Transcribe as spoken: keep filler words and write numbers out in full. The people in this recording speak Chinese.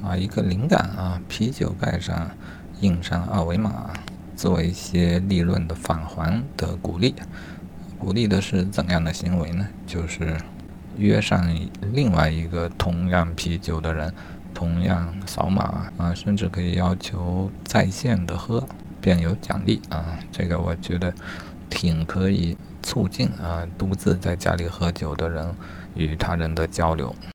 啊一个灵感啊，啤酒盖上印上二维码，做一些利润的返还的鼓励。鼓励的是怎样的行为呢？就是约上另外一个同样啤酒的人，同样扫码啊，甚至可以要求在线的喝，便有奖励啊。这个我觉得挺可以促进啊独自在家里喝酒的人与他人的交流。